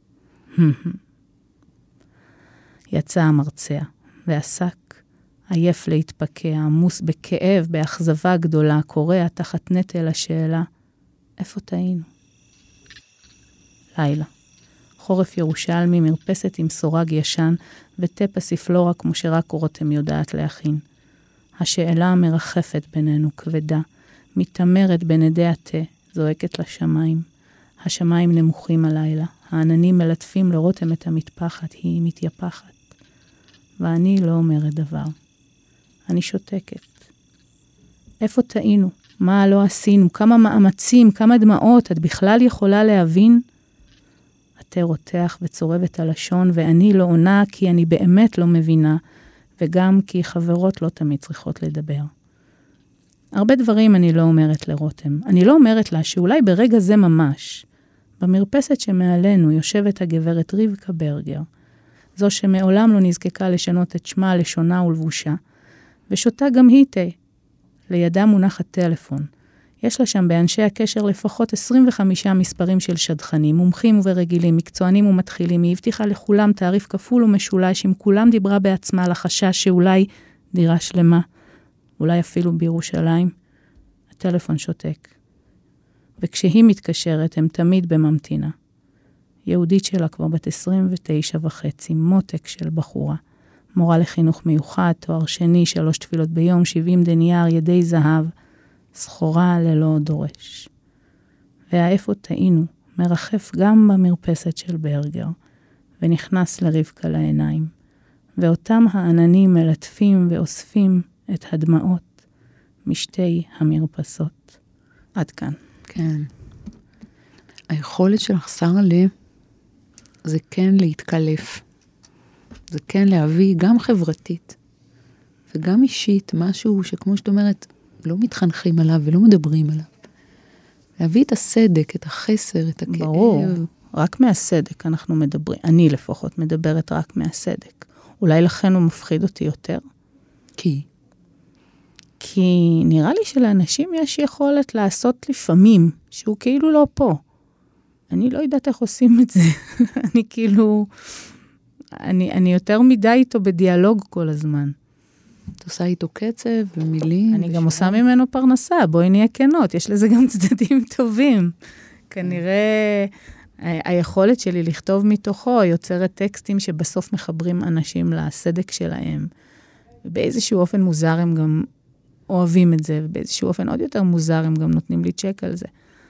S5: יצא המרצע, ועסק, עייף להתפקע, עמוס בכאב, באכזבה גדולה, קורע תחת נטל השאלה, איפה טעינו? לילה. חורף ירושלמי, מרפסת עם סורג ישן, ותה פסיפלורה כמו שרק רותם יודעת להכין. השאלה המרחפת בינינו כבדה, מתאמרת בין ידי התה, זועקת לשמיים. השמיים נמוכים הלילה, העננים מלטפים לרותם את המטפחת, היא מתייפחת. ואני לא אומרת דבר. אני שותקת. איפה טעינו? מה לא עשינו? כמה מאמצים, כמה דמעות, את בכלל יכולה להבין? התה רותח וצורב את הלשון, ואני לא עונה כי אני באמת לא מבינה, וגם כי חברות לא תמיד צריכות לדבר. הרבה דברים אני לא אומרת לרותם. אני לא אומרת לה שאולי ברגע זה ממש, במרפסת שמעלינו יושבת הגברת רבקה ברגר, זו שמעולם לא נזקקה לשנות את שמה, לשונה ולבושה, ושותה גם היא תה. לידה מונחת טלפון. יש לה שם באנשי הקשר לפחות 25 מספרים של שדכנים, מומחים ורגילים, מקצוענים ומתחילים. היא הבטיחה לכולם תעריף כפול ומשולש, עם כולם דיברה בעצמה לחשש שאולי דירה שלמה, אולי אפילו בירושלים. הטלפון שותק. וכשהיא מתקשרת, הם תמיד בממתינה. יהודית שלה כבר בת 29.5, מותק של בחורה. מורה לחינוך מיוחד, תואר שני, 3 תפילות ביום, 70 דניאר, ידי זהב, סחורה ללא דורש. והאיפה טעינו, מרחף גם במרפסת של ברגר, ונכנס לרבקה לעיניים. ואותם העננים מלטפים ואוספים את הדמעות משתי המרפסות. עד כאן.
S4: כן. היכולת שלך, שרה לי, זה כן להתקלף. זה כן להביא גם חברתית, וגם אישית, משהו שכמו שאת אומרת, לא מתחנכים עליו ולא מדברים עליו. להביא את הסדק, את החסר, את הכאב.
S5: ברור, רק מהסדק אנחנו מדברים. אני לפחות מדברת רק מהסדק. אולי לכן הוא מפחיד אותי יותר? כי נראה לי שלאנשים יש יכולת לעשות לפעמים, שהוא כאילו לא פה. אני לא יודעת איך עושים את זה. אני כאילו, אני יותר מדי איתו בדיאלוג כל הזמן.
S4: את עושה איתו קצב ומילים.
S5: אני גם עושה ממנו פרנסה, בואי נהיה כנות, יש לזה גם צדדים טובים. כנראה היכולת שלי לכתוב מתוכו יוצרת טקסטים שבסוף מחברים אנשים לסדק שלהם. ובאיזשהו אופן מוזר הם גם אוהבים את זה, ובאיזשהו אופן עוד יותר מוזר הם גם נותנים לי צ'ק על זה.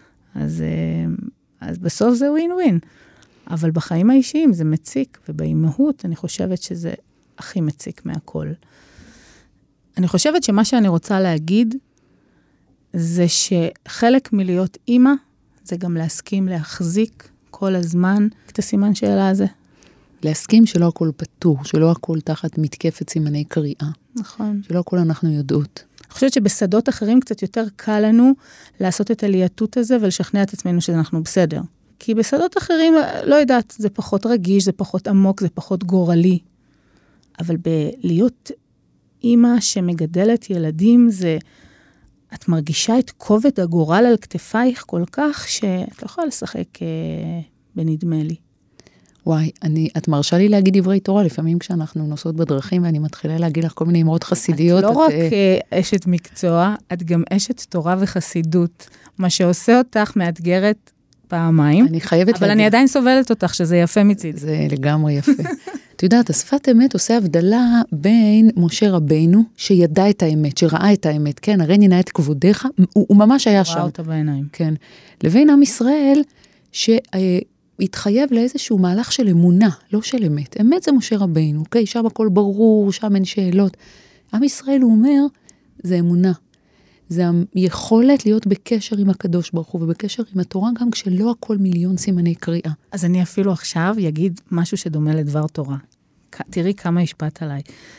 S5: אז בסוף זה ווין ווין. אבל בחיים האישיים זה מציק, ובאימהות אני חושבת שזה הכי מציק מהכל. אני חושבת שמה שאני רוצה להגיד, זה שחלק מלהיות אימא, זה גם להסכים להחזיק כל הזמן את הסימן שאלה הזה.
S4: להסכים שלא הכל פתור, שלא הכל תחת מתקפת סימני קריאה.
S5: נכון.
S4: שלא הכל אנחנו יודעות.
S5: אני חושבת שבשדות אחרים קצת יותר קל לנו לעשות את הלייתות הזה ולשכנע את עצמנו שאנחנו בסדר. כי בשדות אחרים, לא יודעת, זה פחות רגיש, זה פחות עמוק, זה פחות גורלי. אבל בלהיות אימא שמגדלת ילדים, זה, את מרגישה את כובד הגורל על כתפייך כל כך, שאת לא יכולה לשחק בנדמה לי.
S4: וואי, את מרשה לי להגיד דברי תורה, לפעמים כשאנחנו נוסעות בדרכים, ואני מתחילה להגיד לך כל מיני אמרות חסידיות.
S5: את לא רק אשת מקצוע, את גם אשת תורה וחסידות, מה שעושה אותך מאתגרת פעמיים.
S4: אני חייבת
S5: אבל אני עדיין סובלת אותך, שזה יפה מציד.
S4: זה לגמרי יפה. את יודעת, השפת אמת עושה הבדלה בין משה רבינו, שידע את האמת, שראה את האמת, כן, הרי ננא את כבודיך, הוא ממש היה שם.
S5: ראה אותה בעיניים.
S4: כן. לבין עם ישראל, שהתחייב לאיזשהו מהלך של אמונה, לא של אמת. אמת זה משה רבינו, אוקיי? שם הכל ברור, שם אין שאלות. עם ישראל, הוא אומר, זה אמונה. זה היכולת להיות בקשר עם הקדוש ברוך הוא, ובקשר עם התורה, גם כשלא הכל מיליון סימני קריאה.
S5: אז אני אפילו עכשיו אגיד משהו שדומה לדבר תורה. תראי כמה השפעת עליי.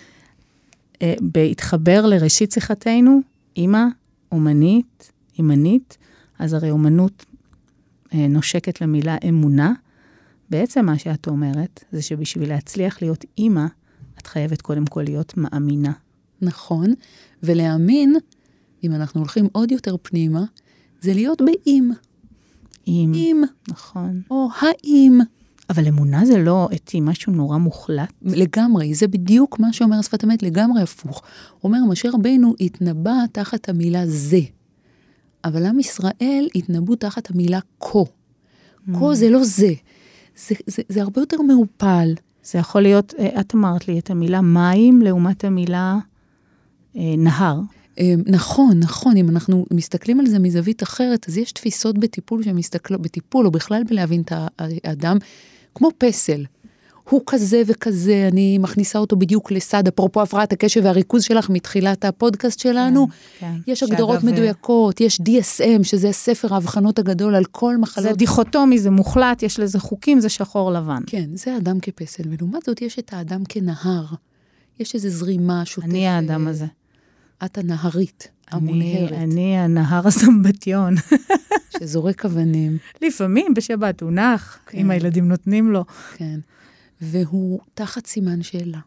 S5: בהתחבר לראשית שיחתנו, אמא, אומנית, אימנית, אז הרי אומנות נושקת למילה אמונה. בעצם מה שאת אומרת, זה שבשביל להצליח להיות אמא, את חייבת קודם כל להיות מאמינה.
S4: נכון, ולהאמין, אם אנחנו הולכים עוד יותר פנימה, זה להיות באם. אם.
S5: נכון.
S4: או האם.
S5: אבל אמונה זה לא אתי, משהו נורא מוחלט.
S4: לגמרי, זה בדיוק מה שאומר שפת אמת, לגמרי הפוך. אומר, משה רבינו התנבא תחת המילה זה. אבל עם ישראל התנבאו תחת המילה כה. כה זה לא זה. זה הרבה יותר מעופל.
S5: זה יכול להיות, את אמרת לי את המילה מים, לעומת המילה נהר.
S4: נכון, נכון. אם אנחנו מסתכלים על זה מזווית אחרת, אז יש תפיסות בטיפול שמסתכלות, בטיפול או בכלל בלהבין את האדם, כמו פסל. הוא כזה וכזה, אני מכניסה אותו בדיוק לסד, אפרופו הפרעת הקשב והריכוז שלך מתחילת הפודקאסט שלנו.
S5: כן.
S4: יש הגדרות מדויקות, יש DSM, שזה ספר ההבחנות הגדול על כל מחלות.
S5: זה דיכוטומי, זה מוחלט, יש לזה חוקים, זה שחור לבן.
S4: כן, זה האדם כפסל, ולעומת זאת יש את האדם כנהר. יש איזו זרימה שוטפת.
S5: אני האדם הזה.
S4: את הנהרית, המונהרת.
S5: אני הנהר הסמבטיון.
S4: שזורק אבנים.
S5: לפעמים בשבת הוא נח, אם הילדים נותנים לו.
S4: כן. והוא תחת סימן שאלה.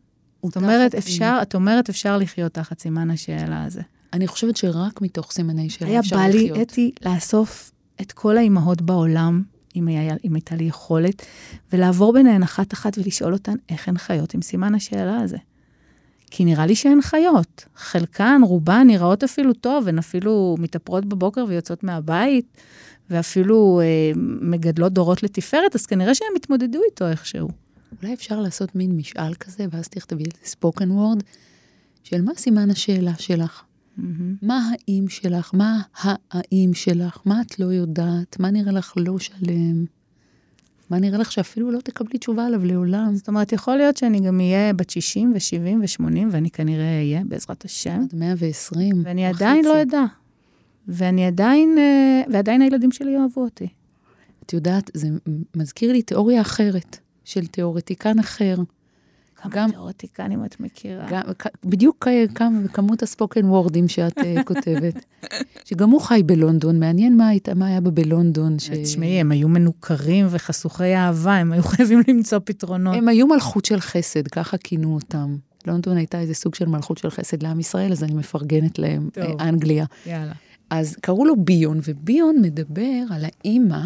S5: את אומרת אפשר לחיות תחת סימן השאלה הזה.
S4: אני חושבת שרק מתוך סימני שאלה
S5: היה
S4: אפשר
S5: בא
S4: לחיות.
S5: לי, אתי, לאסוף את כל האימהות בעולם, אם הייתה לי יכולת, ולעבור ביניהן אחת ולשאול אותן איך הן חיות עם סימן השאלה הזה. כי נראה לי שהן חיות. חלקן, רובן, נראות אפילו טוב, הן אפילו מתאפרות בבוקר ויוצאות מהבית, ואפילו מגדלות דורות לתפארת, אז כנראה שהן התמודדו איתו איכשהו.
S4: אולי אפשר לעשות מין משאל כזה, ואז תכתבי את ספוקן וורד, של מה סימן השאלה שלך? מה האם שלך? מה האם שלך? מה את לא יודעת? מה נראה לך לא שלם? מה נראה לך שאפילו לא תקבלי תשובה עליו לעולם?
S5: זאת אומרת, יכול להיות שאני גם אהיה בת 60 ו-70 ו-80, ואני כנראה אהיה, בעזרת השם.
S4: עד 120.
S5: ואני עדיין לא אדע. ועדיין הילדים שלי יאהבו אותי.
S4: את יודעת, זה מזכיר לי תיאוריה אחרת, של תיאורטיקן אחר.
S5: כמה תיאורטיקנים את מכירה?
S4: בדיוק כמות הספוקן וורדים שאת כותבת. שגם הוא חי בלונדון, מעניין מה היה בלונדון.
S5: תשמעי, הם היו מנוכרים וחסוכי אהבה, הם היו חייבים למצוא פתרונות.
S4: הם היו מלכות של חסד, ככה כינו אותם. לונדון הייתה איזה סוג של מלכות של חסד לעם ישראל, אז אני מפרגנת להם, אנגליה.
S5: יאללה.
S4: אז קראו לו ביון, וביון מדבר על האמא,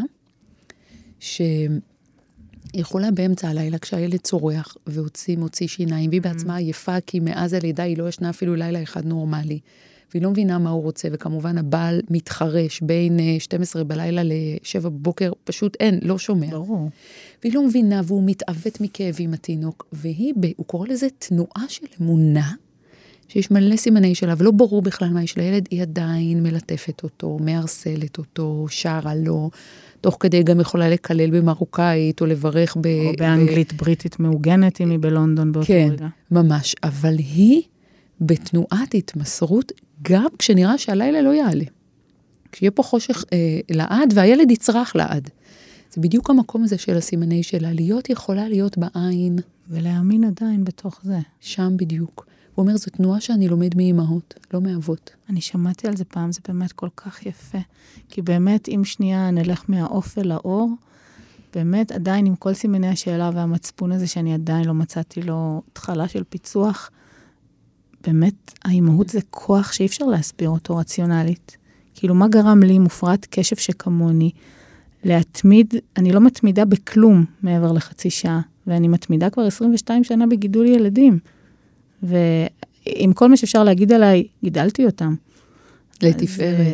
S4: שיכולה באמצע הלילה, כשהילד צורח, מוציא שיניים, והיא בעצמה עייפה, כי מאז הלידה היא לא ישנה אפילו לילה אחד נורמלי, והיא לא מבינה מה הוא רוצה, וכמובן הבעל מתחרש בין 12 בלילה ל7 בבוקר, פשוט אין, לא שומע.
S5: ברור.
S4: והיא לא מבינה, והוא מתעוות מכאב עם התינוק, הוא קורא לזה תנועה של אמונה, שיש מלא סימני שלה, ולא ברור בכלל מה יש לילד, היא עדיין מלטפת אותו, מארסלת אותו, שרה לו, תוך כדי גם יכולה לקלל במרוקאית, או לברך
S5: או באנגלית בריטית מעוגנת, אם היא בלונדון באותו רגע.
S4: כן, ממש. אבל היא בתנועת התמסרות, גם כשנראה שהלילה לא יעלה. כשיהיה פה חושך לעד, והילד יצרח לעד. זה בדיוק המקום הזה של הסימני שלה, יכולה להיות בעין.
S5: ולהאמין עדיין בתוך זה.
S4: שם בדיוק. הוא אומר, זו תנועה שאני לומד מאמהות, לא מאבות.
S5: אני שמעתי על זה פעם, זה באמת כל כך יפה. כי באמת, אם שנייה נלך מהאופל לאור, באמת עדיין עם כל סימני השאלה והמצפון הזה, שאני עדיין לא מצאתי לו התחלה של פיצוח, באמת, האמהות זה כוח שאי אפשר להסביר אותו רציונלית. כאילו, מה גרם לי מופרעת קשב שכמוני, להתמיד, אני לא מתמידה בכלום מעבר לחצי שעה, ואני מתמידה כבר 22 שנה בגידול ילדים. ועם כל מה שאפשר להגיד עליי, גידלתי אותם.
S4: לתפארת.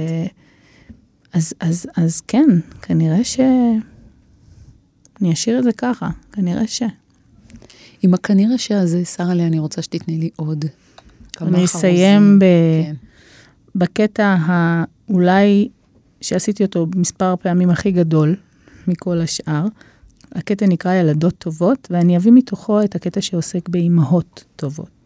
S5: אז כן, כנראה אני אשאיר את זה ככה, כנראה
S4: עם הכנראה שהזה, שרה לי, אני רוצה שתתני לי עוד כמה
S5: אני אסיים בקטע אולי שעשיתי אותו מספר פעמים הכי גדול מכל השאר. הקטע נקרא ילדות טובות, ואני אביא מתוכו את הקטע שעוסק באימהות טובות.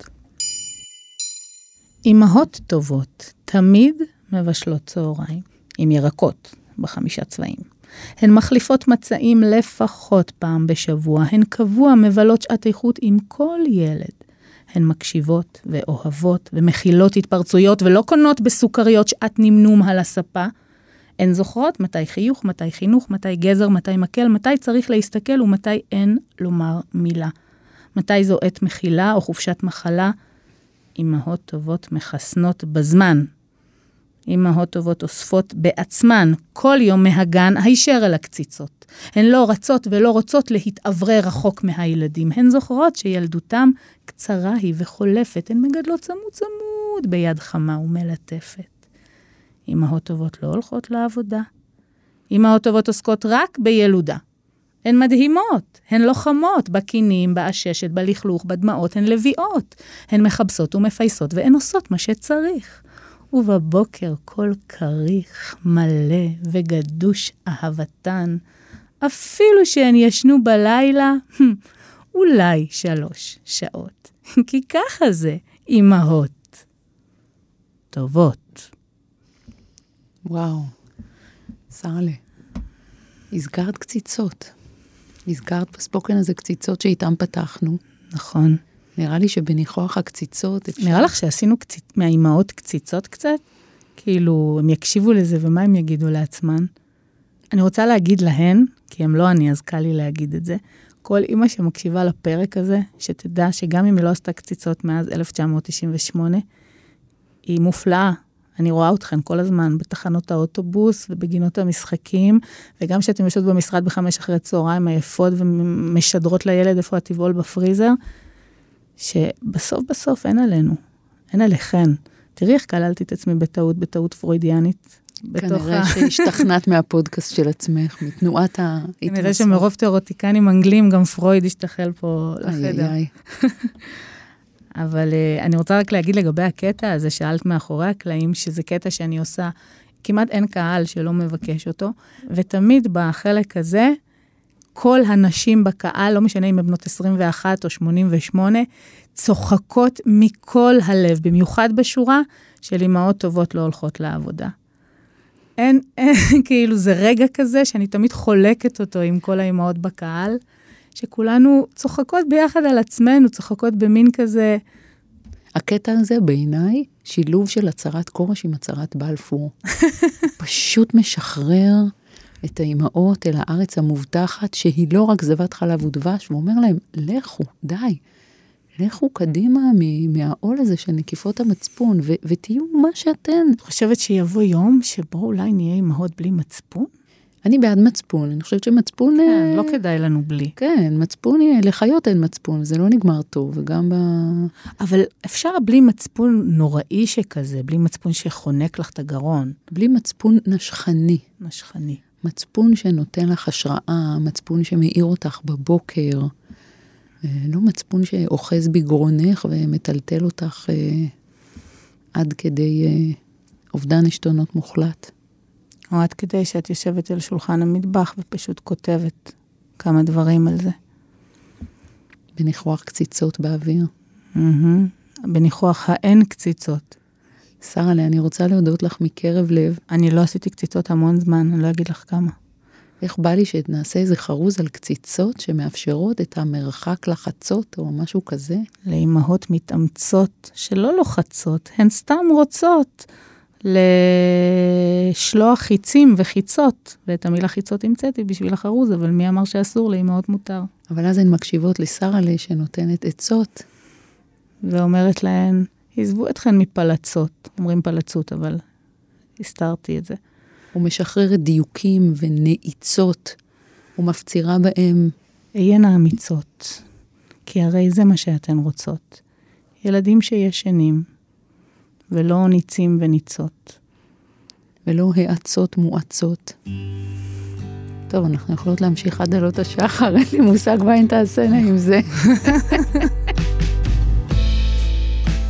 S5: אימהות טובות תמיד מבשלות צהריים, עם ירקות ב5 צבעים. הן מחליפות מצעים לפחות פעם בשבוע, הן קבוע מבלות שעת איכות עם כל ילד. הן מקשיבות ואוהבות ומכילות התפרצויות ולא קונות בסוכריות שעת נמנום על הספה. הן זוכרות מתי חיוך, מתי חינוך, מתי גזר, מתי מקל, מתי צריך להסתכל ומתי אין לומר מילה. מתי זו עת מחילה או חופשת מחלה. אמהות טובות מחסנות בזמן. אמהות טובות אוספות בעצמן כל יום מהגן הישר אל הקציצות. הן לא רצות ולא רוצות להתעברה רחוק מהילדים. הן זוכרות שילדותם קצרה היא וחולפת. הן מגדלות צמוד צמוד ביד חמה ומלטפת. אמהות טובות לא הולכות לעבודה. אמהות טובות עוסקות רק בילודה. הן מדהימות, הן לוחמות, בקינים, באששת, בלכלוך, בדמעות, הן לביאות. הן מחבסות ומפייסות והן עושות מה שצריך. ובבוקר כל כריך, מלא וגדוש אהבתן, אפילו שהן ישנו בלילה, אולי 3 שעות. כי ככה זה, אמהות טובות.
S4: וואו, שרלי, הזכרת קציצות. הזכרת בספוקן הזה קציצות שאיתם פתחנו.
S5: נכון.
S4: נראה לי שבניחוח הקציצות...
S5: נראה לך שעשינו מהאימהות קציצות קצת? כאילו, הם יקשיבו לזה ומה הם יגידו לעצמן? אני רוצה להגיד להן, כי הם לא אני, אז קל לי להגיד את זה, כל אימא שמקשיבה לפרק הזה, שתדע שגם אם היא לא עשתה קציצות מאז 1998, היא מופלאה. אני רואה אתכן כל הזמן בתחנות האוטובוס ובגינות המשחקים, וגם שאתם יושבות במשרד ב5 אחרי צהריים עייפות ומשדרות לילד איפה הטבעול בפריזר, שבסוף אין עלינו, אין עליכן. תראי איך כללתי את עצמי בטעות פרוידיאנית.
S4: כנראה שהשתכנעת מהפודקאסט של עצמך, מתנועת ההתנסות.
S5: כנראה שמרוב תיאורטיקנים אנגלים, גם פרויד השתחל פה לחדר. אבל אני רוצה רק להגיד לגבי הקטע הזה, שאלת מאחורי הקלעים, שזה קטע שאני עושה, כמעט אין קהל שלא מבקש אותו, ותמיד בחלק הזה, כל הנשים בקהל, לא משנה אם הן בנות 21 או 88, צוחקות מכל הלב, במיוחד בשורה של אמהות טובות לא הולכות לעבודה. אין, כאילו זה רגע כזה שאני תמיד חולקת אותו עם כל האמהות בקהל, שכולנו צוחקות ביחד על עצמנו, צוחקות במין כזה.
S4: הקטע הזה בעיניי, שילוב של הצהרת כורש עם הצהרת בלפור. פשוט משחרר את האימהות אל הארץ המובטחת, שהיא לא רק זבת חלב ודבש, ואומר להם, לכו, די, לכו קדימה מהעול הזה של נקיפות המצפון, ותהיו מה שאתן.
S5: את חושבת שיבוא יום שבו אולי נהיה אימהות בלי מצפון?
S4: אני בעד מצפון, אני חושבת שמצפון...
S5: כן, לא כדאי לנו בלי.
S4: כן, מצפון, לחיות אין מצפון, זה לא נגמר טוב, וגם
S5: אבל אפשר בלי מצפון נוראי שכזה, בלי מצפון שחונק לך את הגרון.
S4: בלי מצפון נשכני.
S5: נשכני.
S4: מצפון שנותן לך השראה, מצפון שמאיר אותך בבוקר, לא מצפון שאוחז בגרונך ומטלטל אותך עד כדי אובדן עשתונות מוחלט.
S5: או עד כדי שאת יושבת אל שולחן המטבח ופשוט כותבת כמה דברים על זה.
S4: בניחוח קציצות באוויר.
S5: בניחוח האין קציצות.
S4: שרלי, אני רוצה להודות לך מקרב לב.
S5: אני לא עשיתי קציצות המון זמן, אני לא אגיד לך כמה.
S4: איך בא לי שנעשה איזה חרוז על קציצות שמאפשרות את המרחק לחצות או משהו כזה?
S5: לאמהות מתאמצות שלא לוחצות, הן סתם רוצות לשלוח חיצים וחיצות, ואת המילה חיצות המצאתי בשביל החרוז, אבל מי אמר שאסור? לאמהות מותר.
S4: אבל אז הן מקשיבות לשרלי שנותנת עצות.
S5: ואומרת להן, עזבו אתכן מפלצות, אומרים פלצות, אבל הסתרתי את זה.
S4: ומשחררת דיוקים ונעיצות, ומפצירה בהם.
S5: איינה אמיצות, כי הרי זה מה שאתן רוצות. ילדים שישנים, ולא ניצים וניצות.
S4: ולא העצות מועצות. טוב, אנחנו יכולות להמשיך עד עלות השחר, אין לי מושג מה אין תעשנה עם זה.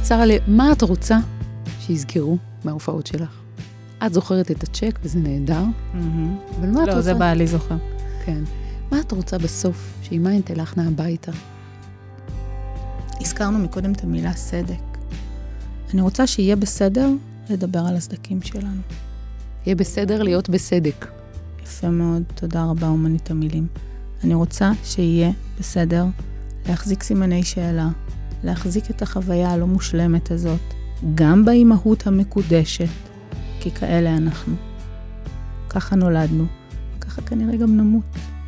S4: שרה, מה את רוצה שיזכרו מההופעות שלך? את זוכרת את הצ'ק וזה נהדר, אבל מה את רוצה?
S5: לא, זה בעלי זוכר.
S4: כן. מה את רוצה בסוף, שאימה הן תלכנה הביתה?
S5: הזכרנו מקודם את המילה סדק. אני רוצה שיהיה בסדר לדבר על הסדקים שלנו.
S4: יהיה בסדר להיות בסדק.
S5: יפה מאוד, תודה רבה אומנית המילים. אני רוצה שיהיה בסדר להחזיק סימני שאלה, להחזיק את החוויה הלא מושלמת הזאת, גם באימהות המקודשת, כי כאלה אנחנו. ככה נולדנו, ככה כנראה גם נמות.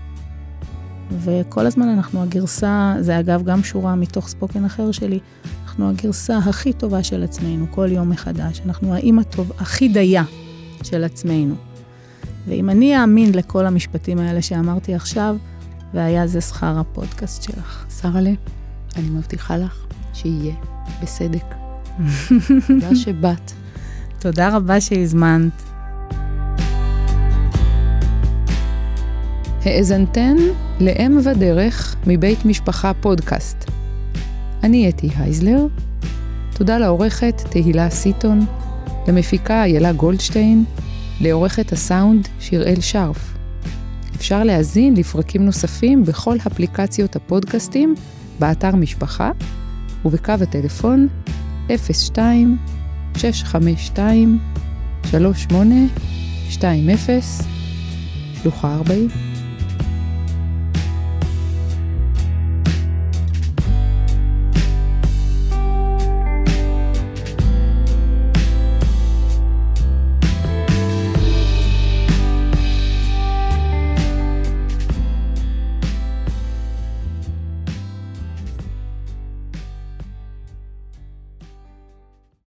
S5: וכל הזמן אנחנו הגרסה, זה אגב גם שורה מתוך ספוקן אחר שלי, אנחנו הגרסה הכי טובה של עצמנו, כל יום מחדש. אנחנו האמא טוב, הכי דייה של עצמנו. ואם אני אאמין לכל המשפטים האלה שאמרתי עכשיו, והיה זה שכר הפודקאסט שלך.
S4: שרה, אני מבטיחה לך שיהיה בסדק. תודה שבאת.
S5: תודה רבה שהזמנת.
S4: האזנתן לאם ודרך מבית משפחה פודקאסט. אני אתי הייזלר. תודה לעורכת תהילה סיטון, למפיקה איילה גולדשטיין, לעורכת הסאונד שיראל שרף. אפשר להזין לפרקים נוספים בכל אפליקציות הפודקאסטים, באתר משפחה, ובקו הטלפון 02-652-3820, שלוחה 40.